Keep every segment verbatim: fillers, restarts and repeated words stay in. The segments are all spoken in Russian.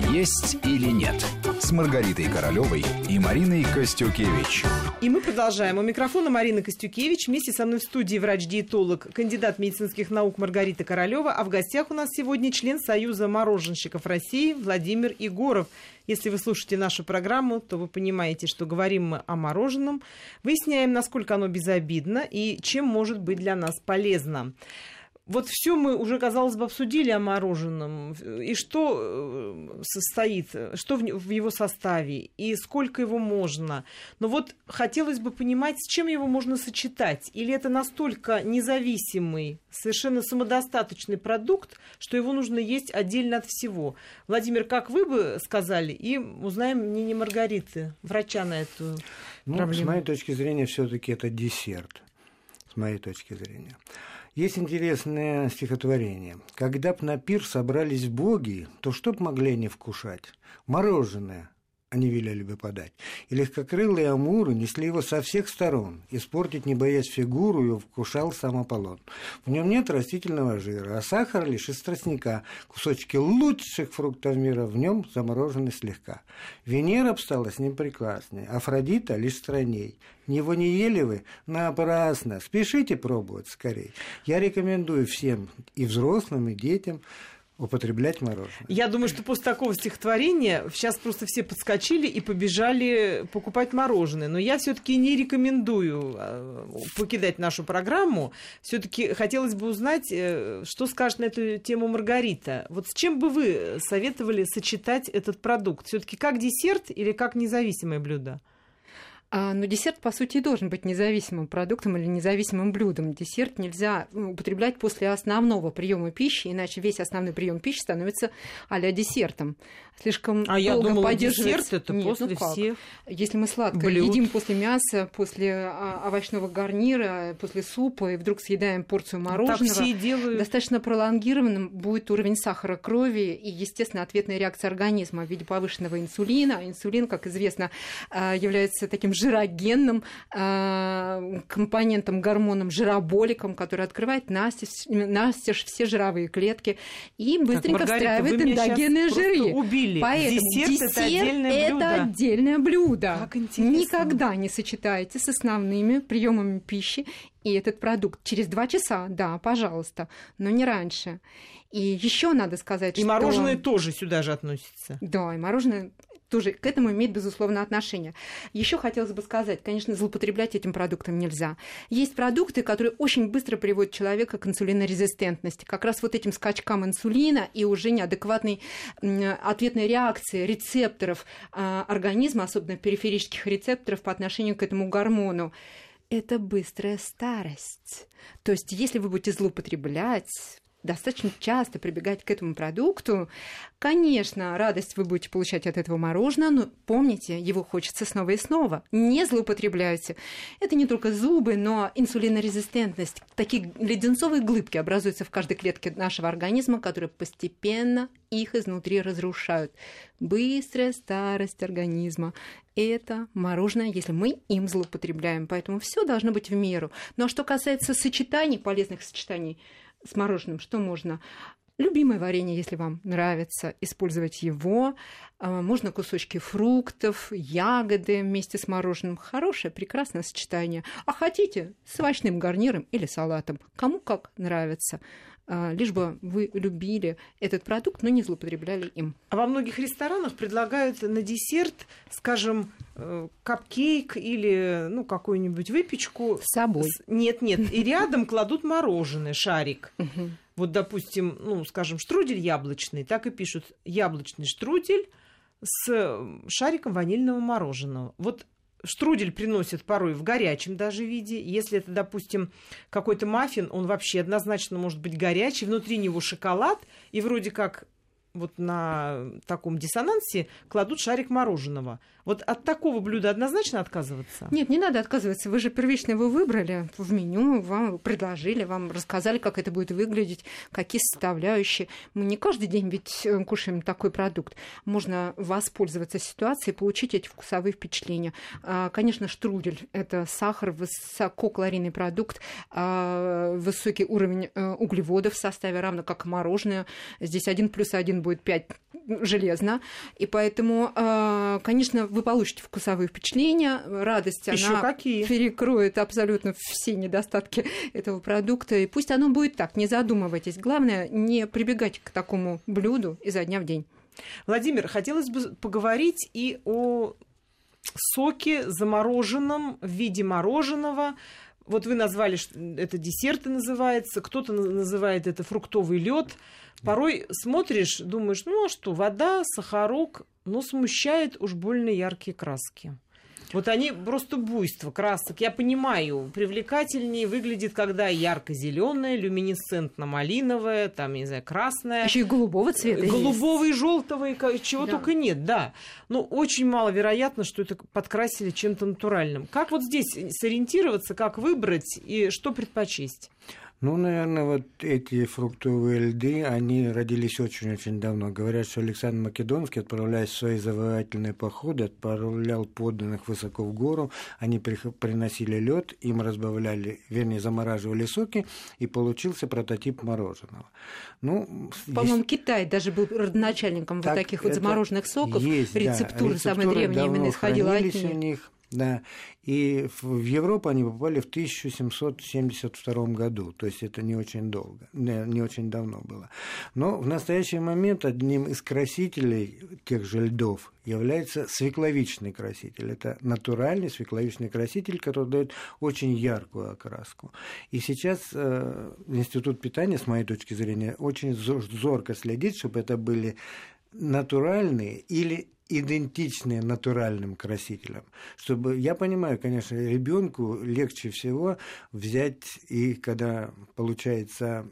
«Есть или нет» с Маргаритой Королевой и Мариной Костюкевич. И мы продолжаем. У микрофона Марина Костюкевич. Вместе со мной в студии врач-диетолог, кандидат медицинских наук Маргарита Королева. А в гостях у нас сегодня член Союза мороженщиков России Владимир Егоров. Если вы слушаете нашу программу, то вы понимаете, что говорим мы о мороженом. Выясняем, насколько оно безобидно и чем может быть для нас полезно. Вот все мы уже, казалось бы, обсудили о мороженом, и что состоит, что в его составе, и сколько его можно. Но вот хотелось бы понимать, с чем его можно сочетать. Или это настолько независимый, совершенно самодостаточный продукт, что его нужно есть отдельно от всего. Владимир, как вы бы сказали, и узнаем мнение Маргариты, врача на эту ну, проблему. С моей точки зрения, все-таки это десерт. С моей точки зрения. Есть интересное стихотворение. «Когда б на пир собрались боги, то что б могли они вкушать? Мороженое они велели бы подать. И легкокрылые амуры несли его со всех сторон. Испортить, не боясь фигуру, его вкушал сам Аполлон. В нем нет растительного жира, а сахар лишь из тростника. Кусочки лучших фруктов мира в нем заморожены слегка. Венера б стала с ним прекрасней, Афродита лишь странней. Его не ели вы? Напрасно. Спешите пробовать скорей. Я рекомендую всем, и взрослым, и детям, употреблять мороженое. Я думаю, что после такого стихотворения сейчас просто все подскочили и побежали покупать мороженое. Но я все-таки не рекомендую покидать нашу программу. Все-таки хотелось бы узнать, что скажет на эту тему Маргарита. Вот с чем бы вы советовали сочетать этот продукт? Все-таки как десерт или как независимое блюдо? Но десерт, по сути, и должен быть независимым продуктом или независимым блюдом. Десерт нельзя употреблять после основного приема пищи, иначе весь основной прием пищи становится а-ля десертом. Слишком а я долго думала, поддерживать... десерт это Нет, после ну как? всех Если мы сладкое блюд. едим после мяса, после овощного гарнира, после супа, и вдруг съедаем порцию мороженого, так все и делают. Достаточно пролонгированным будет уровень сахара крови и, естественно, ответная реакция организма в виде повышенного инсулина. Инсулин, как известно, является таким жирогенным компонентом, гормоном, жироболиком, который открывает настежь, настежь все жировые клетки и быстренько так, Маргарита, встраивает эндогенные жиры. Убили. Поэтому десерт, десерт это отдельное блюдо. Это отдельное блюдо. Как интересно. Никогда не сочетайте с основными приемами пищи и этот продукт. Через два часа, да, пожалуйста, но не раньше. И еще надо сказать, и что... И мороженое тоже сюда же относится. Да, и мороженое тоже к этому имеет, безусловно, отношение. Еще хотелось бы сказать, конечно, злоупотреблять этим продуктом нельзя. Есть продукты, которые очень быстро приводят человека к инсулинорезистентности. Как раз вот этим скачкам инсулина и уже неадекватной ответной реакции рецепторов организма, особенно периферических рецепторов по отношению к этому гормону. Это быстрая старость. То есть, если вы будете злоупотреблять, достаточно часто прибегать к этому продукту, конечно, радость вы будете получать от этого мороженого, но помните, его хочется снова и снова. Не злоупотребляйте. Это не только зубы, но инсулинорезистентность. Такие леденцовые глыбки образуются в каждой клетке нашего организма, которые постепенно их изнутри разрушают. Быстрая старость организма. Это мороженое, если мы им злоупотребляем. Поэтому все должно быть в меру. Ну а что касается сочетаний, полезных сочетаний с мороженым, что можно? Любимое варенье, если вам нравится, использовать его. Можно кусочки фруктов, ягоды вместе с мороженым. Хорошее, прекрасное сочетание. А хотите с овощным гарниром или салатом. Кому как нравится. Лишь бы вы любили этот продукт, но не злоупотребляли им. А во многих ресторанах предлагают на десерт, скажем, капкейк или ну, какую-нибудь выпечку. С собой. Нет, нет. И рядом кладут мороженое, шарик. Вот, допустим, ну, скажем, штрудель яблочный. Так и пишут. Яблочный штрудель с шариком ванильного мороженого. Вот штрудель приносят порой в горячем даже виде. Если это, допустим, какой-то маффин, он вообще однозначно может быть горячий. Внутри него шоколад. И вроде как вот на таком диссонансе кладут шарик мороженого. Вот от такого блюда однозначно отказываться? Нет, не надо отказываться. Вы же первично его выбрали в меню, вам предложили, вам рассказали, как это будет выглядеть, какие составляющие. Мы не каждый день ведь кушаем такой продукт. Можно воспользоваться ситуацией, получить эти вкусовые впечатления. Конечно, штрудель – это сахар, высококалорийный продукт, высокий уровень углеводов в составе, равно как и мороженое. Здесь один плюс один он будет пять железно. И поэтому, конечно, вы получите вкусовые впечатления, радость, Еще она какие? перекроет абсолютно все недостатки этого продукта. И пусть оно будет так, не задумывайтесь. Главное, не прибегать к такому блюду изо дня в день. Владимир, хотелось бы поговорить и о соке замороженном в виде мороженого. Вот вы назвали, что это десерты называется, кто-то называет это фруктовый лед. Порой смотришь, думаешь, ну а что, вода, сахарок, но смущает уж больно яркие краски. Вот они просто буйство красок. Я понимаю, привлекательнее выглядит, когда ярко-зеленая, люминесцентно-малиновая, там, не знаю, красная. Еще и голубого цвета. Голубого и желтого, и чего да. только нет, да. Но очень маловероятно, что это подкрасили чем-то натуральным. Как вот здесь сориентироваться, как выбрать и что предпочесть? Ну, наверное, вот эти фруктовые льды, они родились очень-очень давно. Говорят, что Александр Македонский, отправляясь в свои завоевательные походы, отправлял подданных высоко в гору, они приносили лед, им разбавляли, вернее, замораживали соки, и получился прототип мороженого. Ну, по-моему, есть... Китай даже был родоначальником так вот таких вот замороженных соков. Есть, рецептуры, да. самые древние именно исходила от них. У них. Да, и в Европу они попали в тысяча семьсот семьдесят втором году, то есть это не очень долго, не, не очень давно было. Но в настоящий момент одним из красителей тех же льдов является свекловичный краситель. Это натуральный свекловичный краситель, который дает очень яркую окраску. И сейчас э, Институт питания, с моей точки зрения, очень зорко следит, чтобы это были натуральные или идентичные натуральным красителям. Чтобы, я понимаю, конечно, ребенку легче всего взять, и когда получается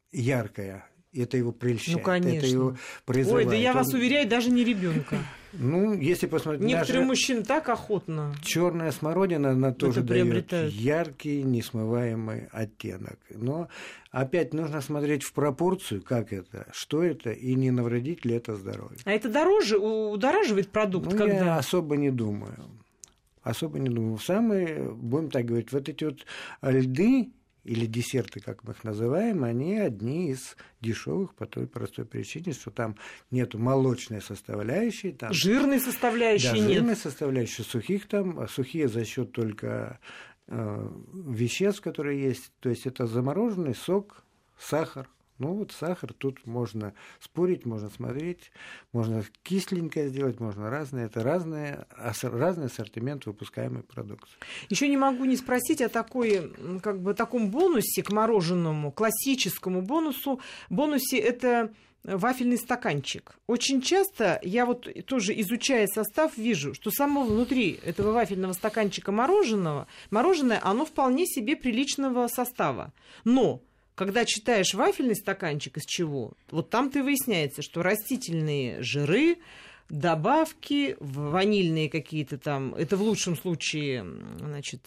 яркое, это его прельщает. Ну, конечно. Это его призывает. Ой, да я Он... вас уверяю, даже не ребенка. Ну, если посмотреть... Некоторые мужчины так охотно. Черная смородина, она тоже дает приобретают. яркий, несмываемый оттенок. Но опять нужно смотреть в пропорцию, как это, что это, и не навредит ли это здоровью. А это дороже, удораживает продукт? Ну, когда... я особо не думаю. Особо не думаю. Самые, будем так говорить, вот эти вот льды, или десерты, как мы их называем, они одни из дешевых по той простой причине, что там нету молочной составляющей. Там, жирной составляющей да, нет. жирной составляющей, сухих там, а сухие за счет только э, веществ, которые есть. То есть это замороженный сок, сахар. Ну вот сахар, тут можно спорить, можно смотреть, можно кисленькое сделать, можно разное. Это разные, разный ассортимент выпускаемой продукции. Еще не могу не спросить о такой, как бы, таком бонусе к мороженому, классическому бонусу. Бонусе это вафельный стаканчик. Очень часто я вот тоже, изучая состав, вижу, что само внутри этого вафельного стаканчика мороженого, мороженое, оно вполне себе приличного состава. Но когда читаешь вафельный стаканчик, из чего, вот там-то и выясняется, что растительные жиры, добавки, ванильные какие-то там, это в лучшем случае, значит,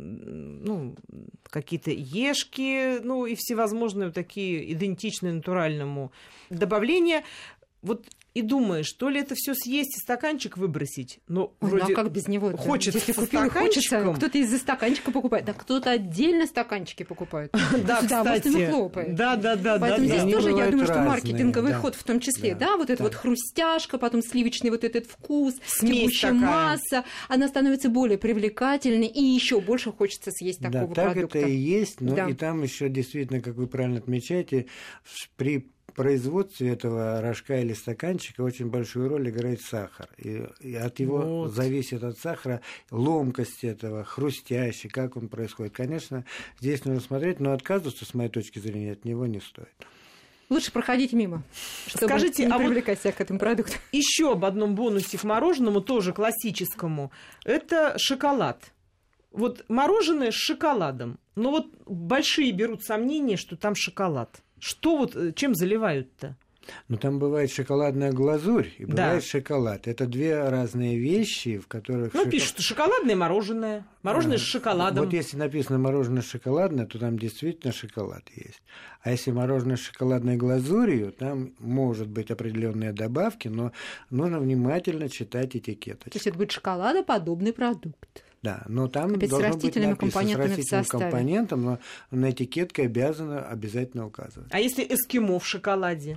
ну, какие-то ешки, ну, и всевозможные вот такие идентичные натуральному добавления. Вот и думаешь, то ли это все съесть и стаканчик выбросить, но Ой, вроде ну, а как без него? хочется Если со купил и хочется, стаканчиком. кто-то из-за стаканчика покупает, да кто-то отдельно стаканчики покупает. Да, кстати. Хлопает. Да, да, да. Поэтому да, здесь да. тоже, я Они думаю, что бывают маркетинговый разные, ход да. в том числе, Да, да, вот эта да. вот хрустяшка, потом сливочный вот этот вкус, Смесь тягучая такая. масса, она становится более привлекательной, и еще больше хочется съесть Да, такого так продукта. это и есть, но Да. и там еще действительно, как вы правильно отмечаете, при производстве этого рожка или стаканчика очень большую роль играет сахар. И, и от его Вот. зависит от сахара ломкость этого, хрустящий, как он происходит. Конечно, здесь нужно смотреть, но отказываться, с моей точки зрения, от него не стоит. Лучше проходите мимо, чтобы Скажите, не а вот привлекать себя к этому продукту. Еще об одном бонусе к мороженому, тоже классическому, это шоколад. Вот мороженое с шоколадом. Но вот большие берут сомнения, что там шоколад. Что вот, чем заливают-то? Но там бывает шоколадная глазурь и Да. бывает шоколад. Это две разные вещи, в которых... Ну, шоколад- пишут, что шоколадное мороженое. Мороженое А, с шоколадом. Вот если написано мороженое шоколадное, то там действительно шоколад есть. А если мороженое с шоколадной глазурью, там может быть определенные добавки, но нужно внимательно читать То этикеточку. есть это будет шоколадоподобный продукт. Да, но там Опять с должно быть растительными написано с компонентами в растительным составе. компонентом, но на этикетке обязано обязательно указывать. А если эскимо в шоколаде?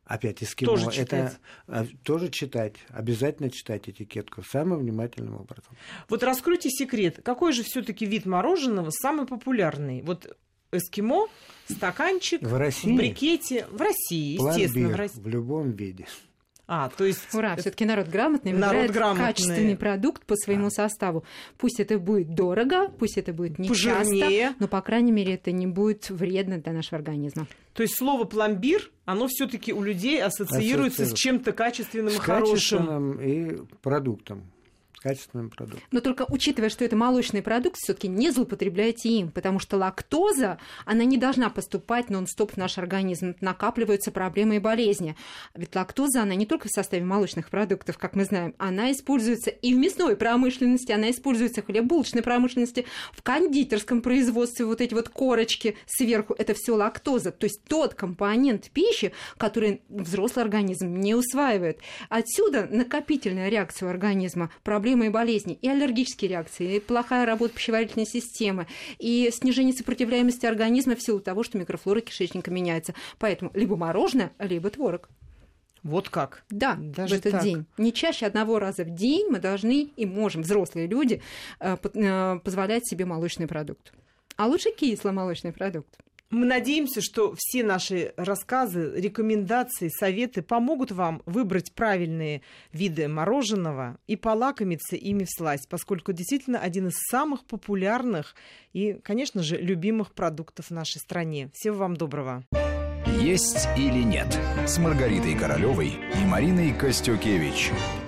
Опять эскимо. Тоже читать. Это тоже читать. Обязательно читать этикетку самым внимательным образом. Вот раскройте секрет. Какой же все-таки вид мороженого самый популярный? Вот эскимо, стаканчик, в, России, в брикете. В России, естественно. Пломбир в, России. В любом виде. А, то есть... Ура, это... все-таки народ грамотный, народ выбирает грамотный. Качественный продукт по своему а. составу. Пусть это будет дорого, пусть это будет нечасто, но, по крайней мере, это не будет вредно для нашего организма. То есть слово пломбир, оно все-таки у людей ассоциируется с чем-то качественным с и хорошим. С качественным и продуктом. Качественным продуктом. Но только учитывая, что это молочный продукт, все-таки не злоупотребляйте им, потому что лактоза, она не должна поступать нон-стоп в наш организм. Накапливаются проблемы и болезни. Ведь лактоза, она не только в составе молочных продуктов, как мы знаем, она используется и в мясной промышленности, она используется в хлебобулочной промышленности, в кондитерском производстве, вот эти вот корочки сверху, это все лактоза. То есть тот компонент пищи, который взрослый организм не усваивает. Отсюда накопительная реакция у организма, проблемы и болезни, и аллергические реакции, и плохая работа пищеварительной системы, и снижение сопротивляемости организма в силу того, что микрофлора кишечника меняется. Поэтому либо мороженое, либо творог. Вот как? Да, даже в этот так. день. Не чаще одного раза в день мы должны и можем, взрослые люди, позволять себе молочный продукт. А лучше кисломолочный продукт. Мы надеемся, что все наши рассказы, рекомендации, советы помогут вам выбрать правильные виды мороженого и полакомиться ими всласть, поскольку действительно один из самых популярных и, конечно же, любимых продуктов в нашей стране. Всего вам доброго. Есть или нет с Маргаритой Королевой и Мариной Костюкевич.